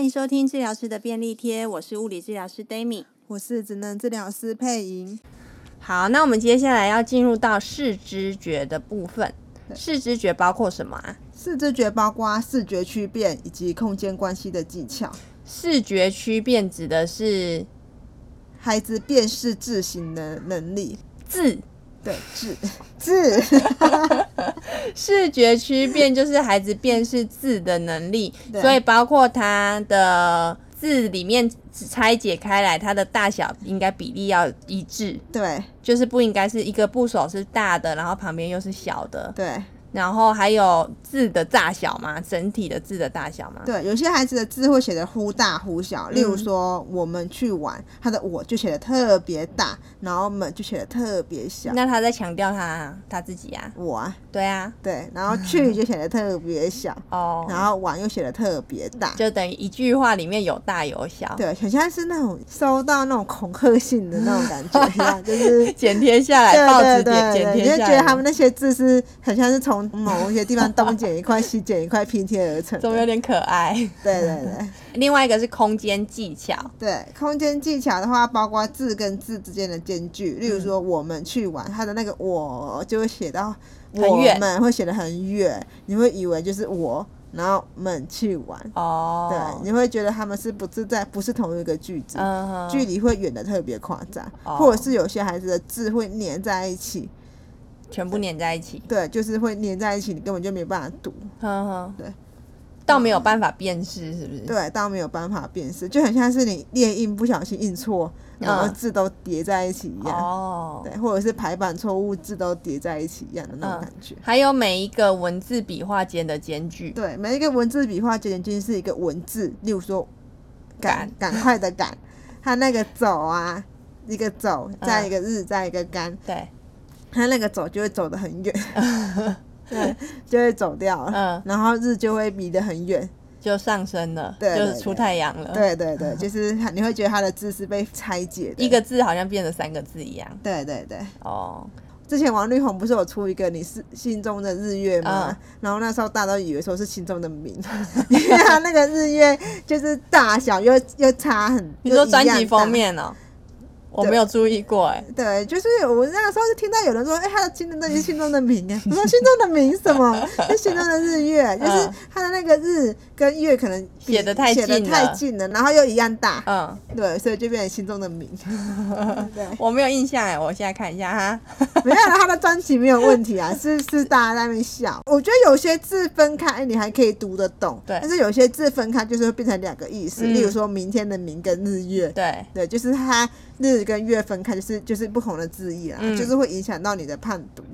欢迎收听治疗师的便利贴，我是物理治疗师 Dami， 我是职能治疗师佩莹。 好，那我们接下来要进入到视知觉的部分。视知觉包括什么啊？ 视知觉包括视觉区辨以及空间关系的技巧。 视觉区辨指的是孩子辨识字形的能力。 字， 对，字视觉区辨就是孩子辨识字的能力，所以包括他的字里面拆解开来，它的大小应该比例要一致。 对， 就是不应该是一个部首是大的，然后旁边又是小的。 对， 然后还有字的大小嘛，整体的字的大小嘛。 对，有些孩子的字会写得忽大忽小，例如说我们去玩，他的我就写得特别大，然后们就写得特别小。 那他在强调他自己啊？ 我啊， 对啊， 对，然后去就写得特别小， 哦， 然后玩又写得特别大， 就等于一句话里面有大有小。 对，很像是那种收到那种恐吓性的那种感觉一样，就是剪贴下来，报纸剪贴你就下来， 觉得他们那些字是很像是从某一些地方东剪一块西剪一块拼贴而成的， 怎么有点可爱？ 对对对。 另外一个是空间技巧。 对，空间技巧的话，包括字跟字之间的间距。例如说，我们去玩，它的那个我就会写到我们会写得很远，你会以为就是我，然后们去玩。 哦， 对，你会觉得他们不是同一个句子，距离会远的特别夸张，或者是有些孩子的字会粘在一起。 全部粘在一起， 对，就是会粘在一起，你根本就没办法读。对， 到没有办法辨识，是不是？ 对，到没有办法辨识，就很像是你列印不小心印错，然后字都叠在一起一样。哦，对，或者是排版错误，字都叠在一起一样的那种感觉。 还有每一个文字笔画间的间距。 对，每一个文字笔画间的间距是一个文字，例如说赶快的赶，它那个走啊，一个走，再一个日，再一个干。 对。 他那个走就会走得很远，对，就会走掉了，然后日就会离得很远， 就上升了， 对， 就是出太阳了， 对对对，就是你会觉得他的字是被拆解的， 一个字好像变成3个字一样， 对对对， 哦。 之前王力宏不是有出一个你是心中的日月吗？然后那时候大家都以为说是心中的明，因为他那个日月就是大小又差很， 你说专辑封面哦？我没有注意过对，就是我那个时候就听到有人说，他的心中的心中的明我说心中的明什么？是心中的日月，就是他的那个日跟月可能写得太近了，然后又一样大，对，所以就变成心中的明。 对，我没有印象我现在看一下哈。 没有啦，他的专辑没有问题啊，是大家在那边笑。我觉得有些字分开你还可以读得懂，对，但是有些字分开就是会变成2个意思，例如说明天的明跟日月，对，就是它日跟月分开就是不同的字义啦，就是会影响到你的判读。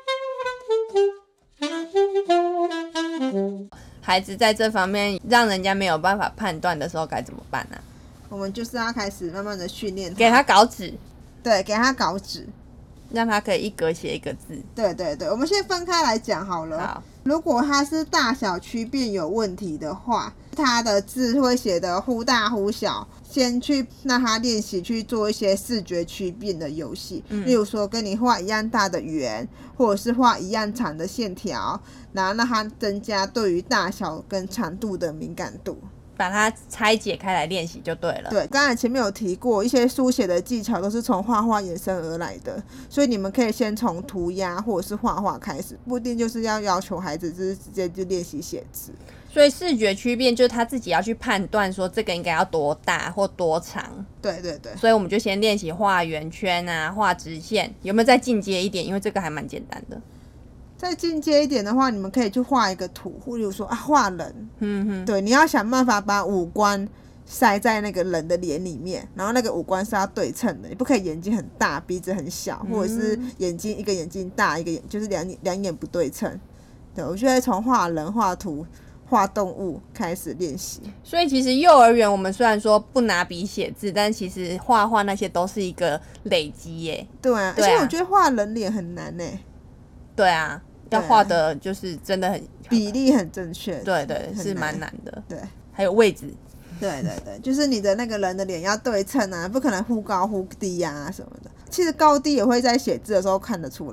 孩子在这方面让人家没有办法判断的时候该怎么办呢？ 我们就是要开始慢慢的训练他， 给他稿纸， 对，给他稿纸， 让他可以一格写一个字。对对对，我们先分开来讲好了。好，如果他是大小区辨有问题的话，他的字会写得忽大忽小，先去让他练习去做一些视觉区辨的游戏，例如说跟你画一样大的圆，或者是画一样长的线条，然后让他增加对于大小跟长度的敏感度， 把它拆解开来练习就对了。 对，刚才前面有提过，一些书写的技巧都是从画画衍生而来的，所以你们可以先从涂鸦或者是画画开始，不一定就是要求孩子就是直接就练习写字。 所以视觉区辨就是他自己要去判断说这个应该要多大或多长。 对对对。 所以我们就先练习画圆圈啊，画直线。有没有再进阶一点？因为这个还蛮简单的。 再进阶一点的话，你们可以去画一个图，或者说画人。对，你要想办法把五官塞在那个人的脸里面，然后那个五官是要对称的，你不可以眼睛很大，鼻子很小，或者是眼睛一个眼睛大，一个眼就是两眼不对称。对，我就会从画人、画图、画动物开始练习。 所以其实幼儿园我们虽然说不拿笔写字，但其实画画那些都是一个累积耶。 对啊，而且我觉得画人脸很难耶。 对啊，要画的就是真的很比例很正确。 对对，是蛮难的。 对， 还有位置。 对对对，就是你的那个人的脸要对称啊，不可能忽高忽低啊什么的。其实高低也会在写字的时候看得出来。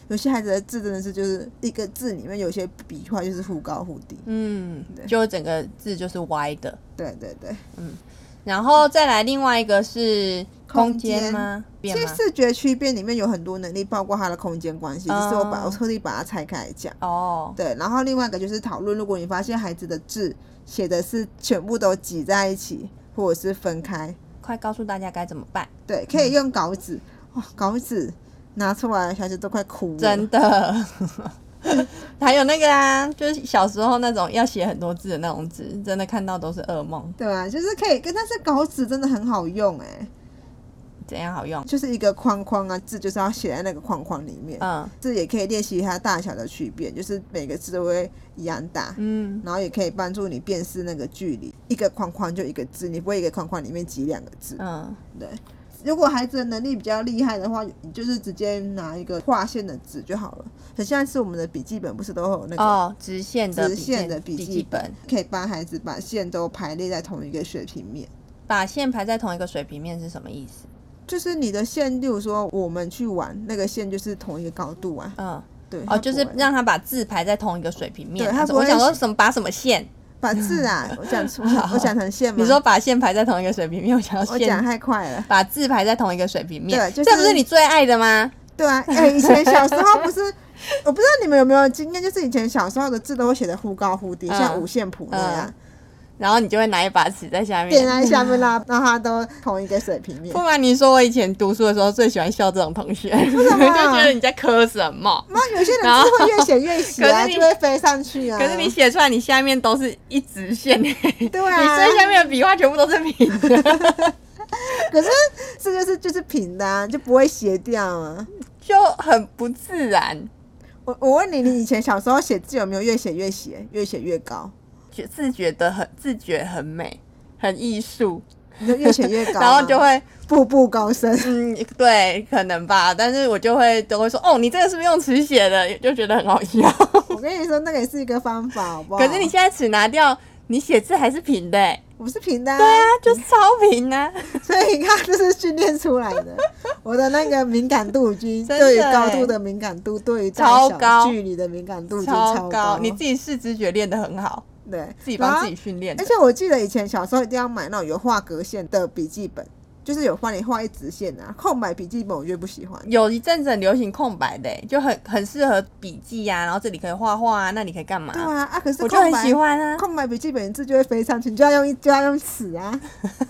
有些孩子的字真的是就是一个字里面有些笔画就是忽高忽低， 就整个字就是歪的。 对对对， 然后再来另外一个是空间吗？ 其实视觉区变里面有很多能力，包括它的空间关系，只是我特地把它拆开来讲。对，然后另外一个就是讨论，如果你发现孩子的字写的是全部都挤在一起，或者是分开， 快告诉大家该怎么办。 对，可以用稿纸，稿纸拿出来，孩子都快哭了， 真的。还有那个啊，就是小时候那种要写很多字的那种纸，真的看到都是噩梦。 对啊，就是可以，但是稿纸真的很好用怎样好用？ 就是一个框框啊，字就是要写在那个框框里面。字也可以练习它大小的区别，就是每个字都会一样大。然后也可以帮助你辨识那个距离，一个框框就一个字，你不会一个框框里面挤两个字。对。如果孩子的能力比较厉害的话，你就是直接拿一个划线的纸就好了。很像是我们的笔记本，不是都有那个直线的笔记本，可以帮孩子把线都排列在同一个水平面。 把线排在同一个水平面是什么意思？ 就是你的线，例如说我们去玩那个线就是同一个高度啊。对。 就是让他把字排在同一个水平面。 对，他不会。 我想说什么把什么线？ 把字啊，我讲成线吗？ 你说把线排在同一个水平面，我想要线。 我讲太快了。 把字排在同一个水平面， 对， 这不是你最爱的吗？ 对啊，以前小时候不是，我不知道你们有没有经验，就是以前小时候的字都会写的忽高忽低，像五线谱那样。 然后你就会拿一把尺在下面点在下面啦，让它都同一个水平面。 不瞒你说，我以前读书的时候最喜欢笑这种同学，为什么？就觉得你在磕什么？ 有些人字会越写越斜啊，就会飞上去啊。 可是你写出来，你下面都是一直线。 对啊， 你最下面的笔画全部都是平的。 可是这就是平的啊，就不会斜掉啊， 就很不自然。 我问你，你以前小时候写字有没有越写越斜，越写越高？ 自觉很美，很艺术， 你就越写越高， 然后就会步步高升。 对，可能吧。但是我都会说，你这个是不是用尺写的？就觉得很好笑。 我跟你说，那个也是一个方法，好不好？ 可是你现在尺拿掉，你写字还是平的。 我是平的啊。 对啊，就是超平啊。 所以你看，这是训练出来的。我的那个敏感度已经对于高度的敏感度，对于大小距离的敏感度已经超高。 你自己视知觉练得很好。 对， 自己帮自己训练。 而且我记得以前小时候一定要买那种有画格线的笔记本，就是有帮你画一直线啊。空白笔记本我就不喜欢。 有一阵子很流行空白的，就很适合笔记啊，然后这里可以画画啊，那里可以干嘛？ 对啊，可是我就很喜欢啊。 空白笔记本字就会飞上去，你就要用尺啊。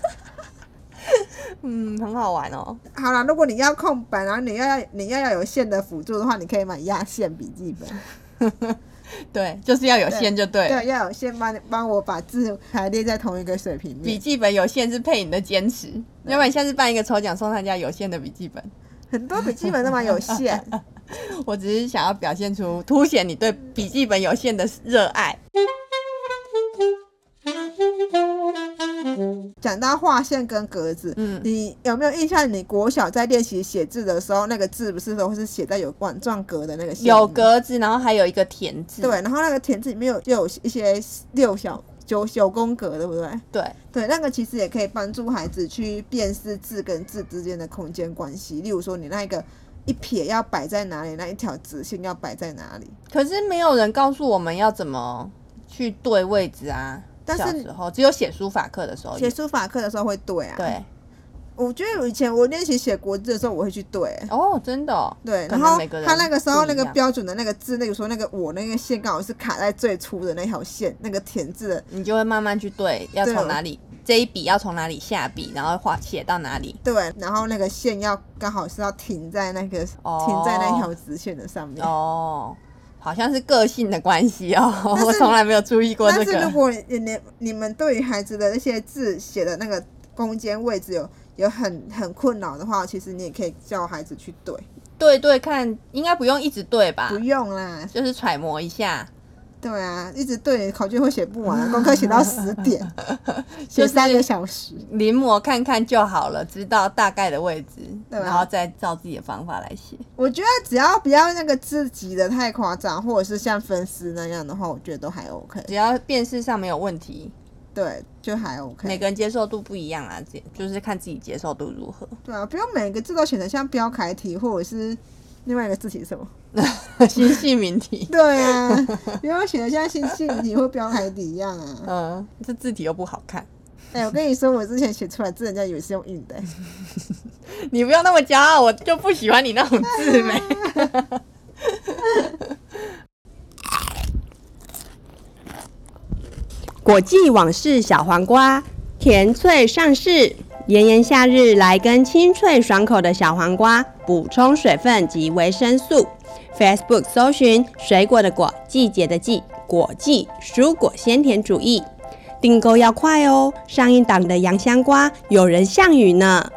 很好玩哦。 好啦，如果你要空白，然后你要有线的辅助的话，你可以买压线笔记本。 对，就是要有线就对了。 对，要有线帮我把字排列在同一个水平面。 笔记本有线是配你的坚持，要不然下次办一个抽奖送他家有线的笔记本。 很多笔记本都蛮有线。 我只是想要表现出凸显你对笔记本有线的热爱。 讲到画线跟格子，你有没有印象？你国小在练习写字的时候，那个字不是都是写在有管状格的那个线？ 有格子，然后还有一个田字。 对，然后那个田字里面有一些9宫格，对不对？对，那个其实也可以帮助孩子去辨识字跟字之间的空间关系。例如说，你那个一撇要摆在哪里，那一条直线要摆在哪里。 可是没有人告诉我们要怎么去对位置啊。但是小时候只有写书法课的时候， 写书法课的时候会对啊。 对， 我觉得以前我练习写国字的时候，我会去对。 真的哦。 对，然后他那个时候那个标准的那个字，例如说那个我那个线刚好是卡在最粗的那条线，那个田字的， 你就会慢慢去对，要从哪里这一笔要从哪里下笔，然后写到哪里。 对，然后那个线要刚好是要停在那个停在那条直线的上面。 好像是个性的关系哦，我从来没有注意过这个。 但是如果你们对于孩子的那些字写的那个空间位置有很困扰的话，其实你也可以叫孩子去对看，应该不用一直对吧？ 不用啦， 就是揣摩一下。 对啊，一直对考卷会写不完，功课写到10点，写3个小时， 临摹看看就好了，知道大概的位置，然后再照自己的方法来写。 我觉得只要不要那个字挤得太夸张，或者是像分丝那样的话，我觉得都还 OK。 只要辨识上没有问题， 对，就还 OK。 每个人接受度不一样啊，就是看自己接受度如何。 对啊，不用每个字都写得像标楷体或者是另外一个字体是什么？ 新细明体。 对啊，不要写的像新细明体或标楷体一样啊。 这字体又不好看。 我跟你说，我之前写出来字，人家以为是用印的。 你不要那么骄傲，我就不喜欢你那种字没。果季往事小黄瓜，甜脆上市。炎炎夏日，来根清脆爽口的小黄瓜，补充水分及维生素。Facebook 搜寻水果的果，季节的季，果季蔬果鲜甜主义。订购要快哦，上一档的洋香瓜有人项羽呢。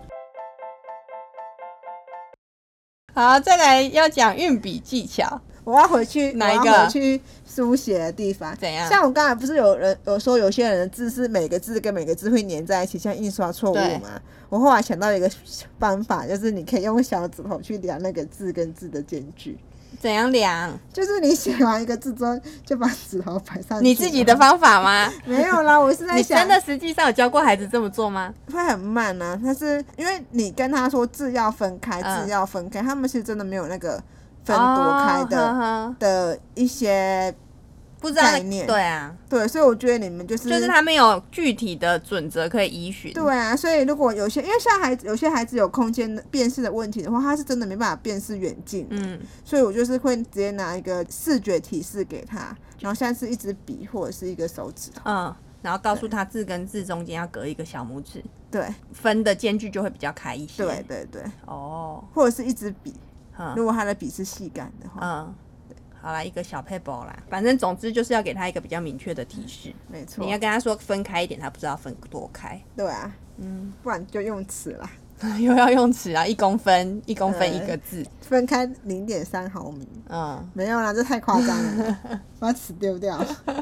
好，再来要讲运笔技巧。 我要回去哪一个？ 我要回去书写的地方。 怎样？ 像我刚才不是有说有些人的字是每个字跟每个字会粘在一起，像印刷错误嘛？我后来想到一个方法，就是你可以用小指头去量那个字跟字的间距。 怎样量？ 就是你写完一个字之后，就把指头摆上去。 你自己的方法吗？ 没有啦，我是在想， 你真的实际上有教过孩子这么做吗？ 会很慢啊，但是因为你跟他说字要分开，字要分开，他们其实真的没有那个分多开的一些不知道概念。 对啊， 对，所以我觉得你们就是他们有具体的准则可以依循。 对啊，所以如果有些因为像有些孩子有空间辨识的问题的话，他是真的没办法辨识远近。所以我就是会直接拿一个视觉提示给他，然后像是一支笔或者是一个手指头。 然后告诉他字跟字中间要隔一个小拇指， 对， 分的间距就会比较开一些。 对对对， 或者是一支笔，如果他的笔是细杆的话， 好啦，一个小 paper 啦，反正总之就是要给他一个比较明确的提示。 没错， 你要跟他说分开一点，他不知道分多开。 对啊，不然就用尺啦。 又要用尺啊，1公分，1公分一个字， 分开0.3毫米。没有啦，这太夸张了，把尺丢掉。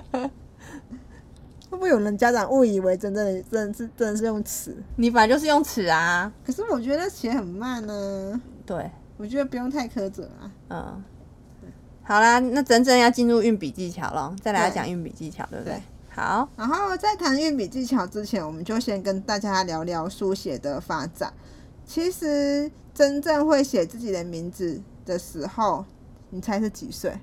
会不会有人家长误以为真的是用尺？ 你本来就是用尺啊。 可是我觉得写很慢呢。 对， 我觉得不用太苛责啊。好啦，那真正要进入运笔技巧咯，再来要讲运笔技巧，对不对？好。 然后在谈运笔技巧之前，我们就先跟大家聊聊书写的发展。其实真正会写自己的名字的时候，你猜是几岁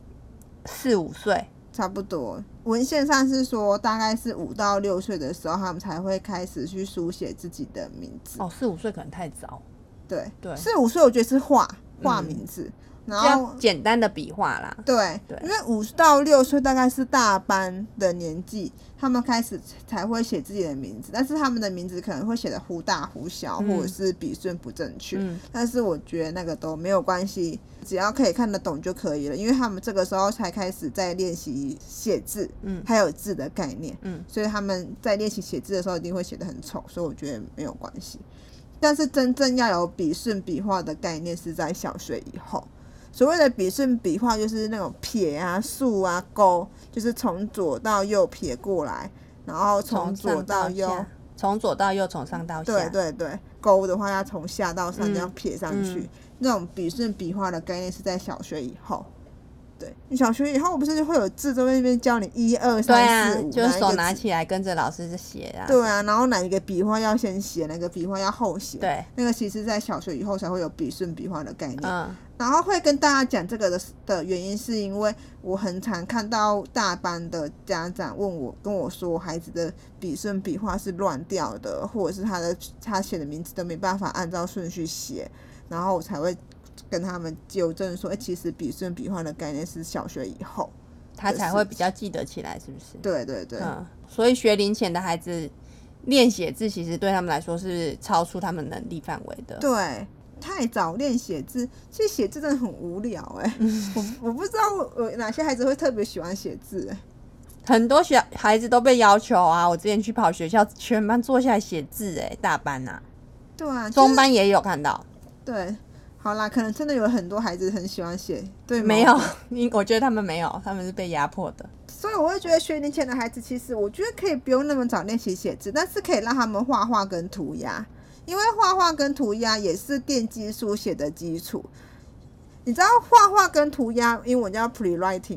？4、5岁。 差不多，文献上是说大概是5到6岁的时候，他们才会开始去书写自己的名字。 4、5岁可能太早。 对，4、5岁我觉得是画名字，然后简单的笔画啦。 对，因为5到6岁大概是大班的年纪，他们开始才会写自己的名字，但是他们的名字可能会写的忽大忽小，或者是笔顺不正确。但是我觉得那个都没有关系，只要可以看得懂就可以了，因为他们这个时候才开始在练习写字，还有字的概念，所以他们在练习写字的时候一定会写得很丑，所以我觉得没有关系。但是真正要有笔顺笔画的概念是在小学以后。所谓的笔顺笔画就是那种撇啊、竖啊、勾，就是从左到右撇过来，然后从左到右， 从左到右，从上到下。 对对对，勾的话要从下到上这样撇上去，那种笔顺笔画的概念是在小学以后。对，你小学以后不是会有字在那边教你1、2、3、4、5， 对啊，就是手拿起来跟着老师写啊。 对啊，然后哪一个笔画要先写，哪个笔画要后写。 对， 那个其实在小学以后才会有笔顺笔画的概念。然后会跟大家讲这个的原因，是因为我很常看到大班的家长跟我说，孩子的笔顺笔画是乱掉的，或者是他写的名字都没办法按照顺序写，然后我才会跟他们纠正说，其实笔顺笔画的概念是小学以后他才会比较记得起来，是不是？ 对对对。 所以学龄前的孩子练写字，其实对他们来说是超出他们能力范围的。 对。太早练写字，其实写字真的很无聊我不知道哪些孩子会特别喜欢写字很多孩子都被要求啊，我之前去跑学校，全班坐下来写字大班啊。 对啊， 中班也有看到。 对，好啦，可能真的有很多孩子很喜欢写。对， 没有，我觉得他们没有，他们是被压迫的。 所以我会觉得学龄前的孩子，其实我觉得可以不用那么早练习写字，但是可以让他们画画跟涂鸦。因为画画跟涂鸦也是奠基书写的基础。你知道画画跟涂鸦英文叫 pre-writing，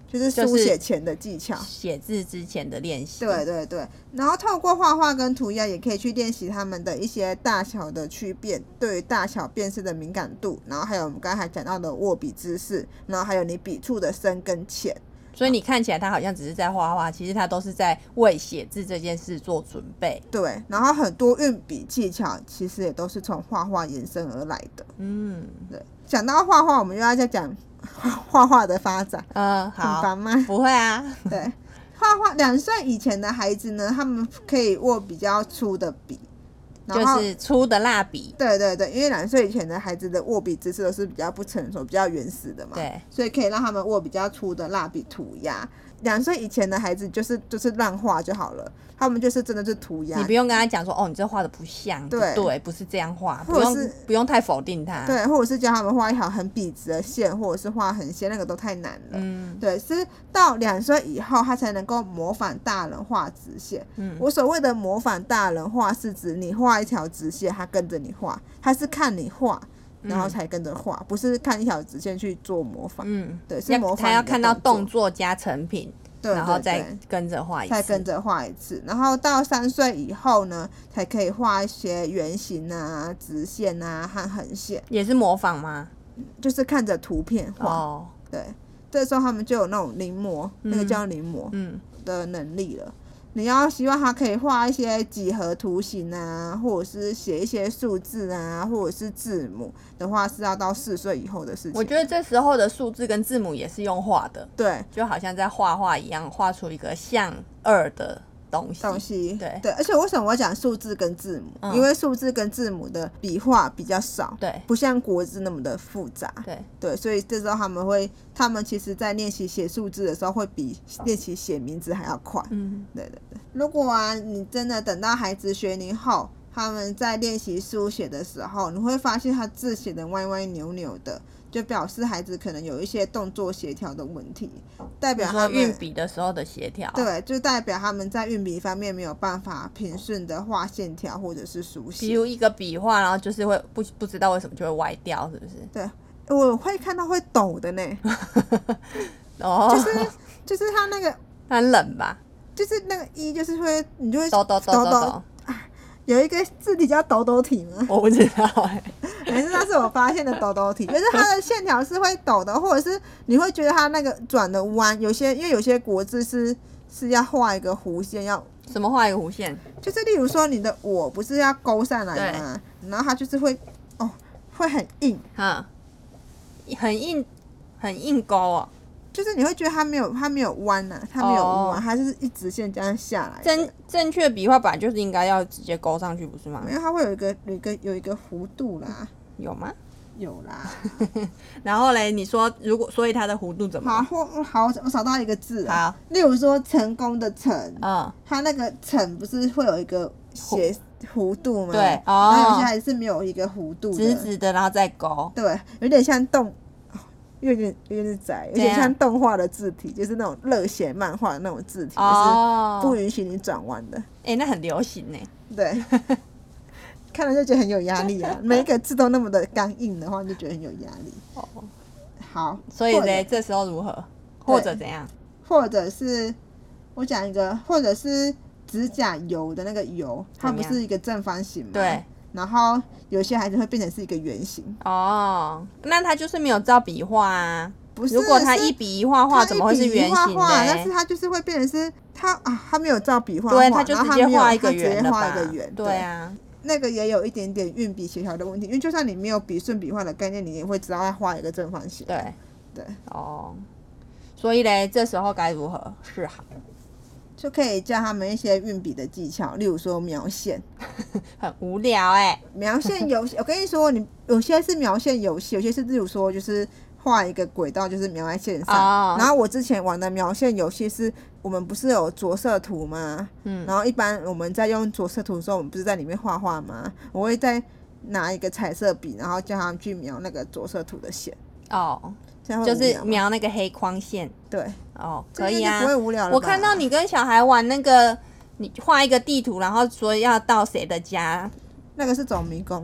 就是书写前的技巧， 写字之前的练习。 对对对，然后透过画画跟涂鸦也可以去练习他们的一些大小的区别，对于大小辨识的敏感度，然后还有我们刚才讲到的握笔姿势，然后还有你笔触的深跟浅。 所以你看起来他好像只是在画画，其实他都是在为写字这件事做准备。 对，然后很多运笔技巧其实也都是从画画延伸而来的。对。讲到画画，我们又要再讲画画的发展。 好， 很烦吗？ 不会啊。 对，画画2岁以前的孩子呢，他们可以握比较粗的笔。 就是粗的蜡笔。 对对对，因为2岁以前的孩子的握笔姿势都是比较不成熟、比较原始的嘛， 对， 所以可以让他们握比较粗的蜡笔涂鸦。2岁以前的孩子就是乱画就好了，他们就是真的是涂鸦， 你不用跟他讲说哦，你这画的不像，对，不是这样画，不用太否定他， 对，或者是教他们画一条很笔直的线，或者是画横线，那个都太难了。对，是到2岁以后，他才能够模仿大人画直线。我所谓的模仿大人画，是指你画一条直线，他跟着你画，他是看你画。然后才跟着画，不是看一条直线去做模仿。对，是模仿。 他要看到动作加成品， 对， 然后再跟着画一次。 再跟着画一次，然后到3岁以后呢，才可以画一些圆形啊、直线啊和横线。 也是模仿吗？ 就是看着图片画。对，这时候他们就有那种临摹，那个叫临摹的能力了。你要希望他可以画一些几何图形啊，或者是写一些数字啊，或者是字母的话，是要到4岁以后的事情。 我觉得这时候的数字跟字母也是用画的， 对， 就好像在画画一样，画出一个像2的东西。对， 而且为什么我要讲数字跟字母？因为数字跟字母的笔画比较少， 对， 不像国字那么的复杂，对，所以这时候他们其实在练习写数字的时候，会比练习写名字还要快。对。如果你真的等到孩子学龄后，他们在练习书写的时候，你会发现他字写的歪歪扭扭的，就表示孩子可能有一些动作协调的问题，代表他们运笔的时候的协调。 对，就代表他们在运笔方面没有办法平顺的画线条或者是书写。 比如一个笔画，然后就是会不知道为什么就会歪掉，是不是？ 对，我会看到会抖的呢。就是他那个很冷吧？ 就是那个就是会，你就会抖。 有一个字体叫抖抖体吗？ 我不知道还是那是我发现的抖抖体，就是它的线条是会抖的，或者是你会觉得它那个转的弯，因为有些国字是要画一个弧线，要什么画一个弧线？ 就是例如说你的我不是要勾上来吗？然后它就是会很硬，很硬勾哦。就是你会觉得它没有弯啊，它没有弯，它就是一直线这样下来。 正确笔画本来就是应该要直接勾上去，不是吗？ 没有，它会有一个弧度啦。 有吗？ 有啦。 然后嘞，你说所以它的弧度怎么？ 好，我找到一个字啊。好， 例如说成功的成，它那个成不是会有一个斜弧度吗？ 对， 然后有些还是没有一个弧度的， 直直的，然后再勾。 对，有点像有点窄，有点像动画的字体，就是那种热血漫画的那种字体，就是不允许你转弯的。 那很流行呢。 对，看了就觉得很有压力啊！每一个字都那么的刚硬的话，就觉得很有压力。好， 所以呢，这时候如何？或者怎样？ 或者是我讲一个，或者是指甲油的那个油，它不是一个正方形吗？ 对。 然后有些孩子会变成是一个圆形。 那他就是没有照笔画啊。 不是， 如果他一笔一画，怎么会是圆形的？ 但是他就是会变成是他没有照笔画， 对，他就直接画一个圆的吧？ 对啊， 那个也有一点点运笔协调的问题，因为就算你没有笔顺笔画的概念，你也会知道要画一个正方形。 对。所以嘞，这时候该如何是好？ 就可以教他们一些运笔的技巧，例如说描线。 很无聊描线游戏，我跟你说，你有些是描线游戏，有些是例如说就是画一个轨道，就是描在线上。然后我之前玩的描线游戏是，我们不是有着色图吗？然后一般我们在用着色图的时候，我们不是在里面画画吗？我会再拿一个彩色笔，然后叫他们去描那个着色图的线。 就是描那个黑框线。 对。 可以啊， 不会无聊了吧？ 我看到你跟小孩玩那个，你画一个地图，然后说要到谁的家， 那个是走迷宫。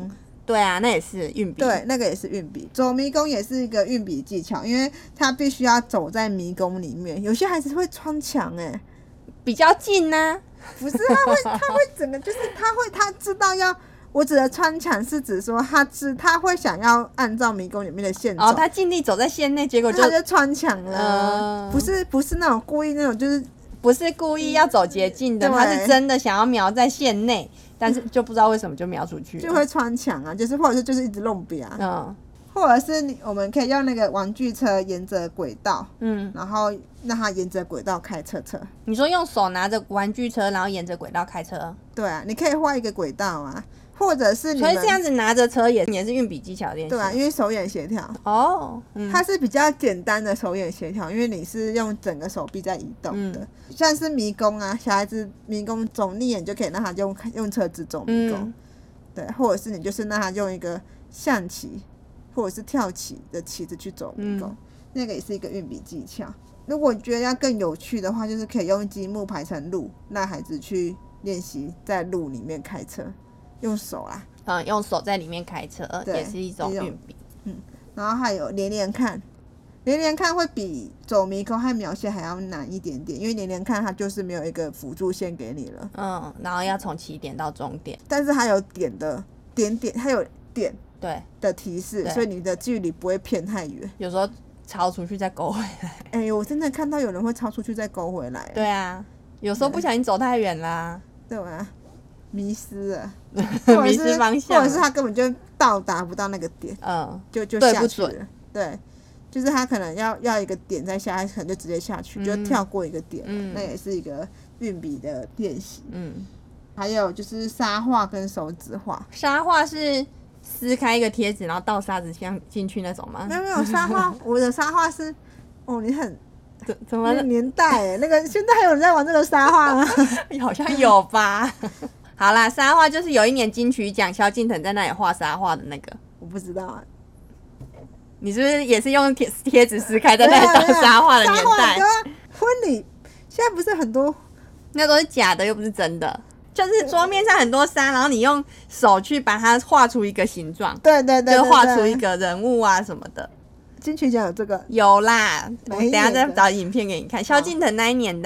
对啊，那也是运笔。 对，那个也是运笔。走迷宫也是一个运笔技巧，因为他必须要走在迷宫里面。有些孩子会穿墙比较近啊。 不是，他会整个就是他知道要。我指的穿墙是指说他会想要按照迷宫里面的线走， 他尽力走在线内，结果他就穿墙了。不是那种故意那种，就是不是故意要走捷径的，他是真的想要瞄在线内，但是就不知道为什么就瞄出去了， 就会穿墙啊，就是或者是就是一直弄笔啊。或者是我们可以用那个玩具车沿着轨道，然后让它沿着轨道开车。 你说用手拿着玩具车，然后沿着轨道开车？ 对啊，你可以画一个轨道啊，或者是所以这样子拿着车也是运笔技巧练习。 对啊，因为手眼协调。它是比较简单的手眼协调，因为你是用整个手臂在移动的。像是迷宫啊，小孩子迷宫走腻眼就可以让他用车子走迷宫。对，或者是你就是让他用一个象棋或者是跳棋的棋子去走迷宫，那个也是一个运笔技巧。如果觉得要更有趣的话，就是可以用积木排成路，让孩子去练习在路里面开车，用手啦。 用手在里面开车也是一种运笔。 然后还有连连看，连连看会比走迷宫和描线还要难一点点，因为连连看它就是没有一个辅助线给你了。 然后要从起点到终点， 但是它有点的点，它有点对的提示，所以你的距离不会偏太远。 有时候超出去再勾回来。 我真的看到有人会超出去再勾回来。 对啊，有时候不小心走太远啦。 对吧？迷失了， 迷失方向， 或者是他根本就到达不到那个点，就下去了。对，就是他可能要一个点再下，他可能就直接下去，就跳过一个点。那也是一个运笔的练习。还有就是沙画跟手指画。 沙画是撕开一个贴纸，然后倒沙子进去那种吗？ 没有沙画，我的沙画是你很怎么年代那个现在还有人在玩这个沙画吗？ 好像有吧。好啦，沙画就是有一年金曲奖萧敬腾在那里画沙画的那个。 我不知道啊。 你是不是也是用贴纸撕开在那里当沙画的年代？ 婚礼现在不是很多， 那都是假的，又不是真的。就是桌面上很多沙，然后你用手去把它画出一个形状。 对， 就画出一个人物啊什么的。 金曲奖有这个？ 有啦，我等一下再找影片给你看。萧敬腾那一年的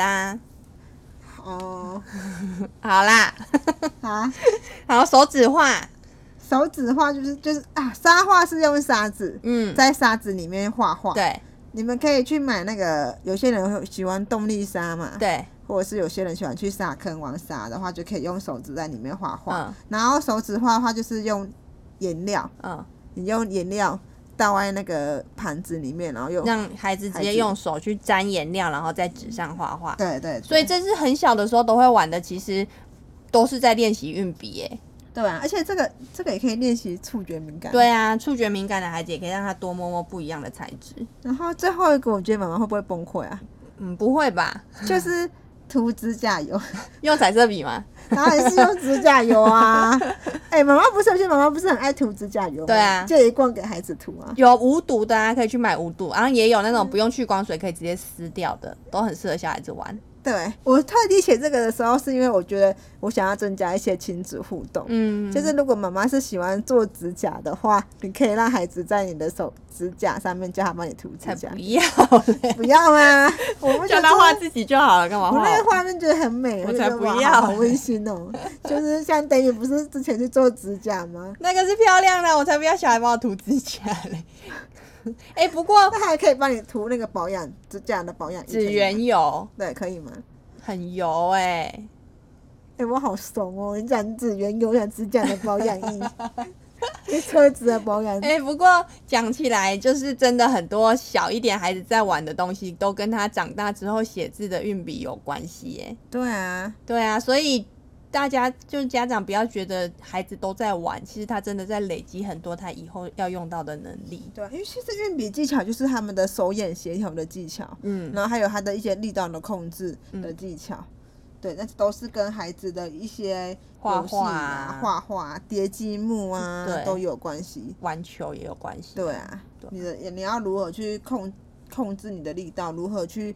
好啦。好，手指画就是沙画是用沙子，在沙子里面画画。 对， 你们可以去买那个，有些人会喜欢动力沙嘛， 对， 或者是有些人喜欢去沙坑玩沙的话，就可以用手指在里面画画。然后手指画的话，就是用颜料，你用颜料倒在那个盘子里面，然后让孩子直接用手去沾颜料，然后在纸上画画。 对， 所以这是很小的时候都会玩的，其实都是在练习运笔耶。 对啊，而且这个也可以练习触觉敏感。 对啊，触觉敏感的孩子也可以让他多摸摸不一样的材质。 然后最后一个，我觉得妈妈会不会崩溃啊？ 不会吧？ 就是涂指甲油。 用彩色笔吗？ 当然是用指甲油啊！妈妈不是，有些妈妈不是很爱涂指甲油吗？ 对啊， 借一罐给孩子涂啊。 有无毒的可以去买无毒，然后也有那种不用去光水可以直接撕掉的，都很适合小孩子玩。 对，我特地写这个的时候，是因为我觉得我想要增加一些亲子互动。就是如果妈妈是喜欢做指甲的话，你可以让孩子在你的手指甲上面叫他帮你涂指甲。 才不要嘞！ 不要吗？我不叫他画自己就好了，干嘛画？ 我那个画面觉得很美， 我才不要， 好温馨哦。就是像 David 不是之前去做指甲吗？ 那个是漂亮的，我才不要小孩帮我涂指甲嘞。不过那还可以帮你涂那个保养指甲的保养液， 指缘油， 对，可以吗？ 很油我好怂哦！你讲指缘油，讲指甲的保养液，车子的保养。 不过讲起来，就是真的很多小一点孩子在玩的东西，都跟他长大之后写字的运笔有关系对啊， 所以大家就是家长不要觉得孩子都在玩，其实他真的在累积很多他以后要用到的能力。 对，因为其实运笔技巧就是他们的手眼协调的技巧，然后还有他的一些力道的控制的技巧。对，那都是跟孩子的一些游戏画画、叠积木啊都有关系， 玩球也有关系。 对啊，你要如何去控制你的力道，如何去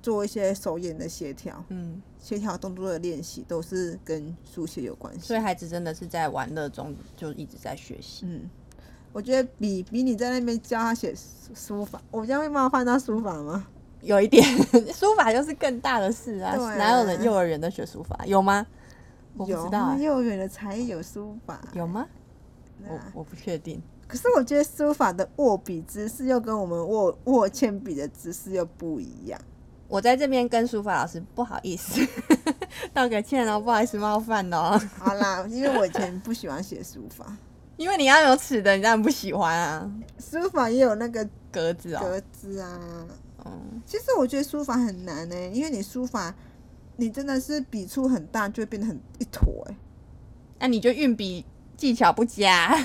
做一些手眼的协调，协调动作的练习都是跟书写有关系。 所以孩子真的是在玩乐中就一直在学习。 我觉得比你在那边教他写书法，我这样会冒犯到书法吗？ 有一点，书法就是更大的事啊，哪有人幼儿园的学书法？有吗？我不知道幼儿园的才有书法， 有吗？我不确定。 可是我觉得书法的握笔姿势又跟我们握铅笔的姿势又不一样。 我在这边跟书法老师不好意思道个歉哦，不好意思冒犯哦。 好啦，因为我以前不喜欢写书法， 因为你要有尺的，你当然不喜欢啊。 书法也有那个格子啊。其实我觉得书法很难欸，因为你书法你真的是笔触很大，就会变得很一坨欸。 那你就运笔技巧不佳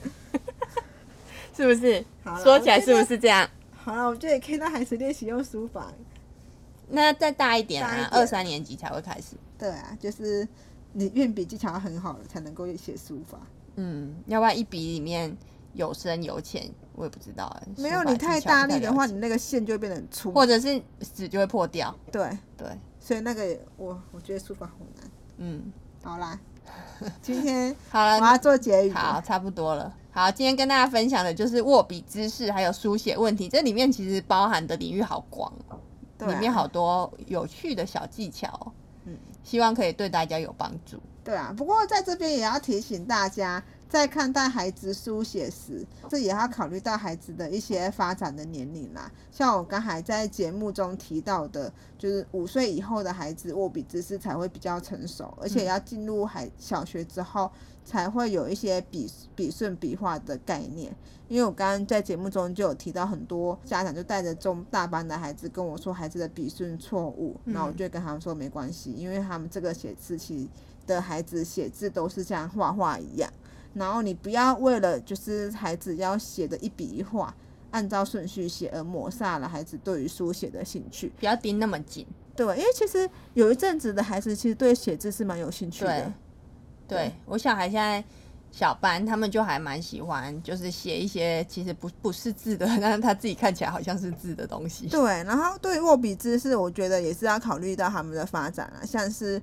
是不是？说起来是不是这样？ 好了，我觉得也可以让孩子练习用书法。 那再大一点啊，2、3年级才会开始。 对啊，就是你运笔技巧很好了，才能够写书法。 要不然一笔里面有深有浅，我也不知道。 没有你太大力的话，你那个线就会变得很粗， 或者是纸就会破掉。 对，所以那个我觉得书法好难。好啦，今天好了， 我要做结语。 好，差不多了。好，今天跟大家分享的就是握笔姿势还有书写问题，这里面其实包含的领域好广哦。里面好多有趣的小技巧，希望可以对大家有帮助。 对啊，不过在这边也要提醒大家，在看待孩子书写时，这也要考虑到孩子的一些发展的年龄啦。像我刚才在节目中提到的，就是5岁以后的孩子握笔姿势才会比较成熟，而且要进入小学之后才会有一些笔顺笔画的概念。因为我刚刚在节目中就有提到，很多家长就带着中大班的孩子跟我说孩子的笔顺错误，那我就跟他们说没关系，因为他们这个写字期的孩子写字都是像画画一样，然后你不要为了就是孩子要写的一笔一画按照顺序写而抹煞了孩子对于书写的兴趣， 不要盯那么紧。 对，因为其实有一阵子的孩子其实对写字是蛮有兴趣的。 对，我小孩现在小班，他们就还蛮喜欢，就是写一些其实不是字的，但是他自己看起来好像是字的东西。 对，然后对于握笔姿势，我觉得也是要考虑到他们的发展啊，像是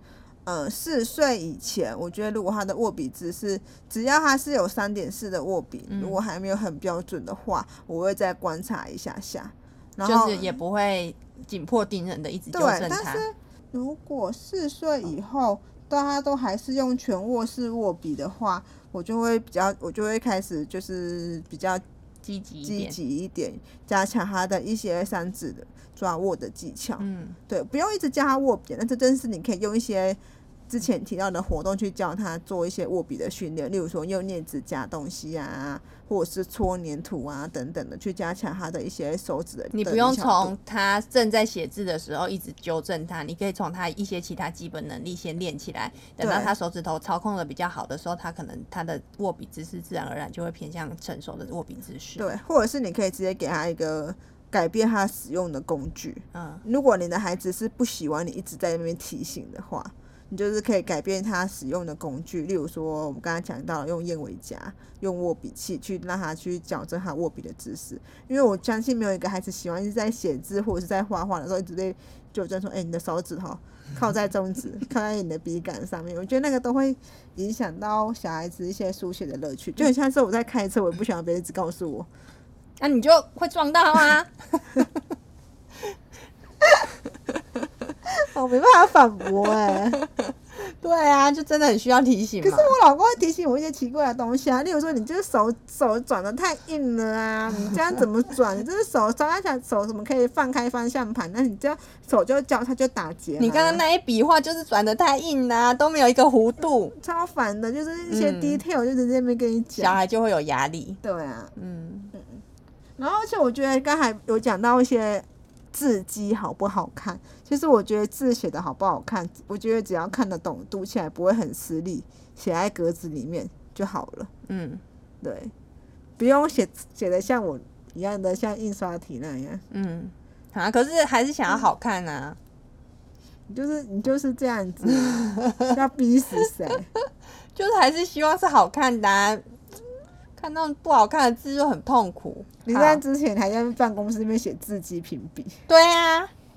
4岁以前，我觉得如果他的握笔姿势，只要他是有3.4的握笔，如果还没有很标准的话，我会再观察一下下，然后就是也不会紧迫盯人的一直纠正他。 对，但是如果4岁以后大家都还是用全握式握笔的话，我就会开始就是比较积极一点，加强他的一些3指的抓握的技巧。对，不用一直教他握笔，但这真是你可以用一些之前提到的活动去教他做一些握笔的训练，例如说用镊子夹东西啊，或者是搓黏土啊等等的，去加强他的一些手指的。 你不用从他正在写字的时候一直纠正他，你可以从他一些其他基本能力先练起来，等到他手指头操控的比较好的时候，他可能他的握笔姿势自然而然就会偏向成熟的握笔姿势。 对，或者是你可以直接给他一个改变他使用的工具。如果你的孩子是不喜欢你一直在那边提醒的话，你就是可以改变他使用的工具，例如说我们刚才讲到用燕尾夹、用握笔器去让他去矫正他握笔的姿势。因为我相信没有一个孩子喜欢一直在写字或者是在画画的时候一直在纠正说，你的手指头靠在中指，靠在你的笔杆上面，我觉得那个都会影响到小孩子一些书写的乐趣。就很像是我在开车，我也不想别人一直告诉我， 那你就会撞到啊。 我没办法反驳对啊，就真的很需要提醒嘛。 可是我老公会提醒我一些奇怪的东西啊，例如说你就是手转得太硬了啊，你这样怎么转？你就是手怎么可以放开方向盘？那你这样手就交叉就打结了。 你刚刚那一笔画就是转得太硬啦，都没有一个弧度， 超烦的，就是一些 detail 就直接没跟你讲， 小孩就会有压力。 对啊，然后而且我觉得刚才有讲到一些字迹好不好看，其实我觉得字写的好不好看，我觉得只要看得懂，读起来不会很吃力，写在格子里面就好了。对，不用写的像我一样的像印刷体那样。 可是还是想要好看啊。 你就是这样子，要逼死谁？ 就是还是希望是好看的啊。看到不好看的字就很痛苦。 你在之前还在办公室里面写字迹评比。 对啊，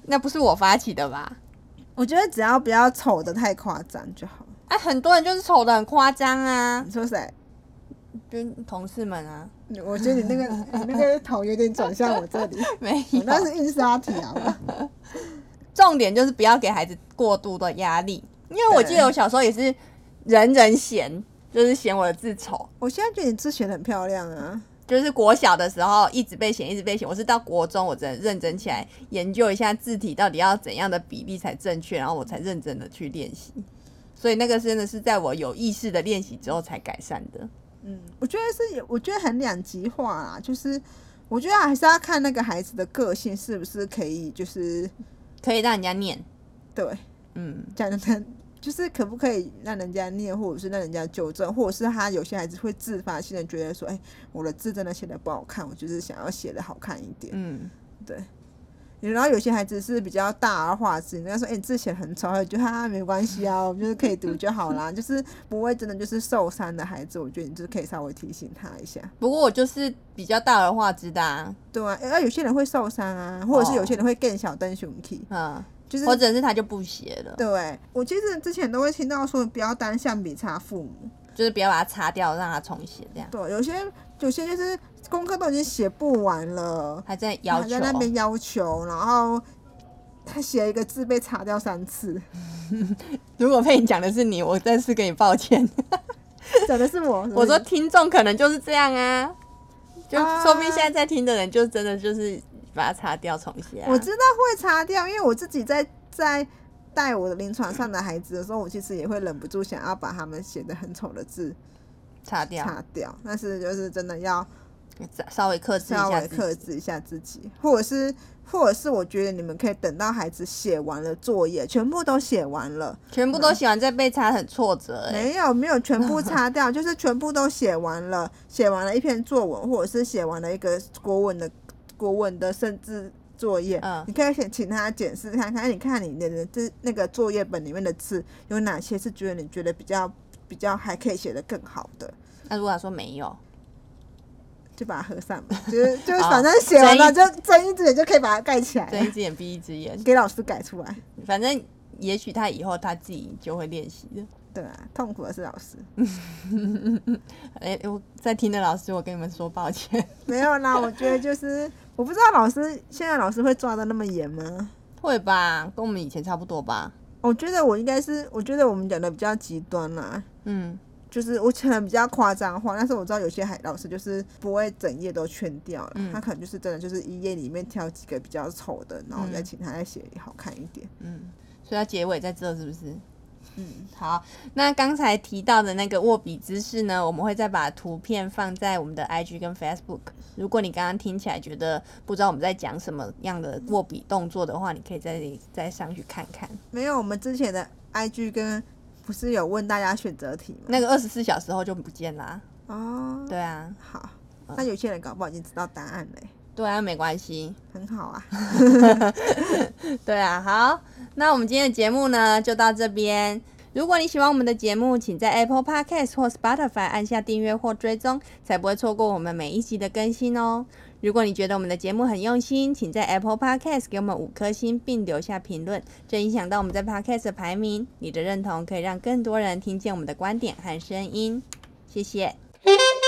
那不是我发起的吧？ 我觉得只要不要丑的太夸张就好。 啊，很多人就是丑的很夸张啊。 你说谁？ 就同事们啊。 我觉得你那个头有点转向我这里。 没有， 那是印刷体啊。 重点就是不要给孩子过度的压力，因为我记得我小时候也是人人嫌，就是嫌我的字丑。 我现在觉得你字写得很漂亮啊。 就是国小的时候一直被嫌，一直被嫌。我是到国中，我真的认真起来研究一下字体到底要怎样的比例才正确，然后我才认真的去练习。所以那个真的是在我有意识的练习之后才改善的。 我觉得很两极化啦，就是我觉得还是要看那个孩子的个性是不是可以，就是可以让人家念。 对，讲的就是可不可以让人家念，或者是让人家纠正，或者是他有些孩子会自发性的觉得说，我的字真的写的不好看，我就是想要写的好看一点。对。然后有些孩子是比较大而化之，人家说你字写得很丑，他就觉得没关系啊，我们就是可以读就好啦，就是不会真的就是受伤的孩子，我觉得你就是可以稍微提醒他一下。 不过我就是比较大而化之的啊。 对啊，有些人会受伤啊，或者是有些人会更小灯熊体。就是或者是他就不写了。 对，我其实之前都会听到说不要单橡皮擦父母， 就是不要把它擦掉，让他重写这样。 对，有些就是功课都已经写不完了， 还在那边要求，然后他写一个字被擦掉3次。 如果被你讲的是你，我再次跟你抱歉。 讲的是我， 我说听众可能就是这样啊，就说不定现在在听的人就真的就是把它擦掉重写。 我知道会擦掉，因为我自己在带我的临床上的孩子的时候，我其实也会忍不住想要把他们写的很丑的字擦掉， 但是就是真的要稍微克制一下自己，或者是我觉得你们可以等到孩子写完了作业，全部都写完了， 再被擦很挫折。 没有全部擦掉，就是全部都写完了一篇作文，或者是写完了一个国文的甚至作业，你可以请他检视看看，你看你的那个作业本里面的字有哪些是你觉得比较还可以写得更好的。 那如果他说没有， 就把它合上嘛，就是反正写完了就睁一只眼就可以把它盖起来， 睁一只眼闭一只眼， 给老师改出来。 反正也许他以后他自己就会练习的。 对啊，痛苦的是老师。 我在听的老师，我跟你们说抱歉。 没有啦，我觉得就是我不知道现在老师会抓的那么严吗？ 会吧，跟我们以前差不多吧。 我觉得我们讲的比较极端啦。就是我可能比较夸张化，但是我知道有些老师就是不会整页都圈掉了，他可能就是真的就是一页里面挑几个比较丑的，然后再请他再写好看一点。 所以要结尾在这是不是？好，那刚才提到的那个握笔姿势呢，我们会再把图片放在我们的 IG 跟 Facebook。如果你刚刚听起来觉得不知道我们在讲什么样的握笔动作的话，你可以再上去看看。 没有，我们之前的 IG 跟不是有问大家选择题吗？ 那个24小时后就不见啦。对啊。 好，那有些人搞不好已经知道答案了。 对啊，没关系， 很好啊。 对啊，好，那我们今天的节目呢就到这边。如果你喜欢我们的节目，请在 Apple Podcast 或 Spotify 按下订阅或追踪，才不会错过我们每一集的更新哦。如果你觉得我们的节目很用心，请在 Apple Podcast 给我们5颗星并留下评论，这影响到我们在 Podcast 的排名。你的认同可以让更多人听见我们的观点和声音。谢谢。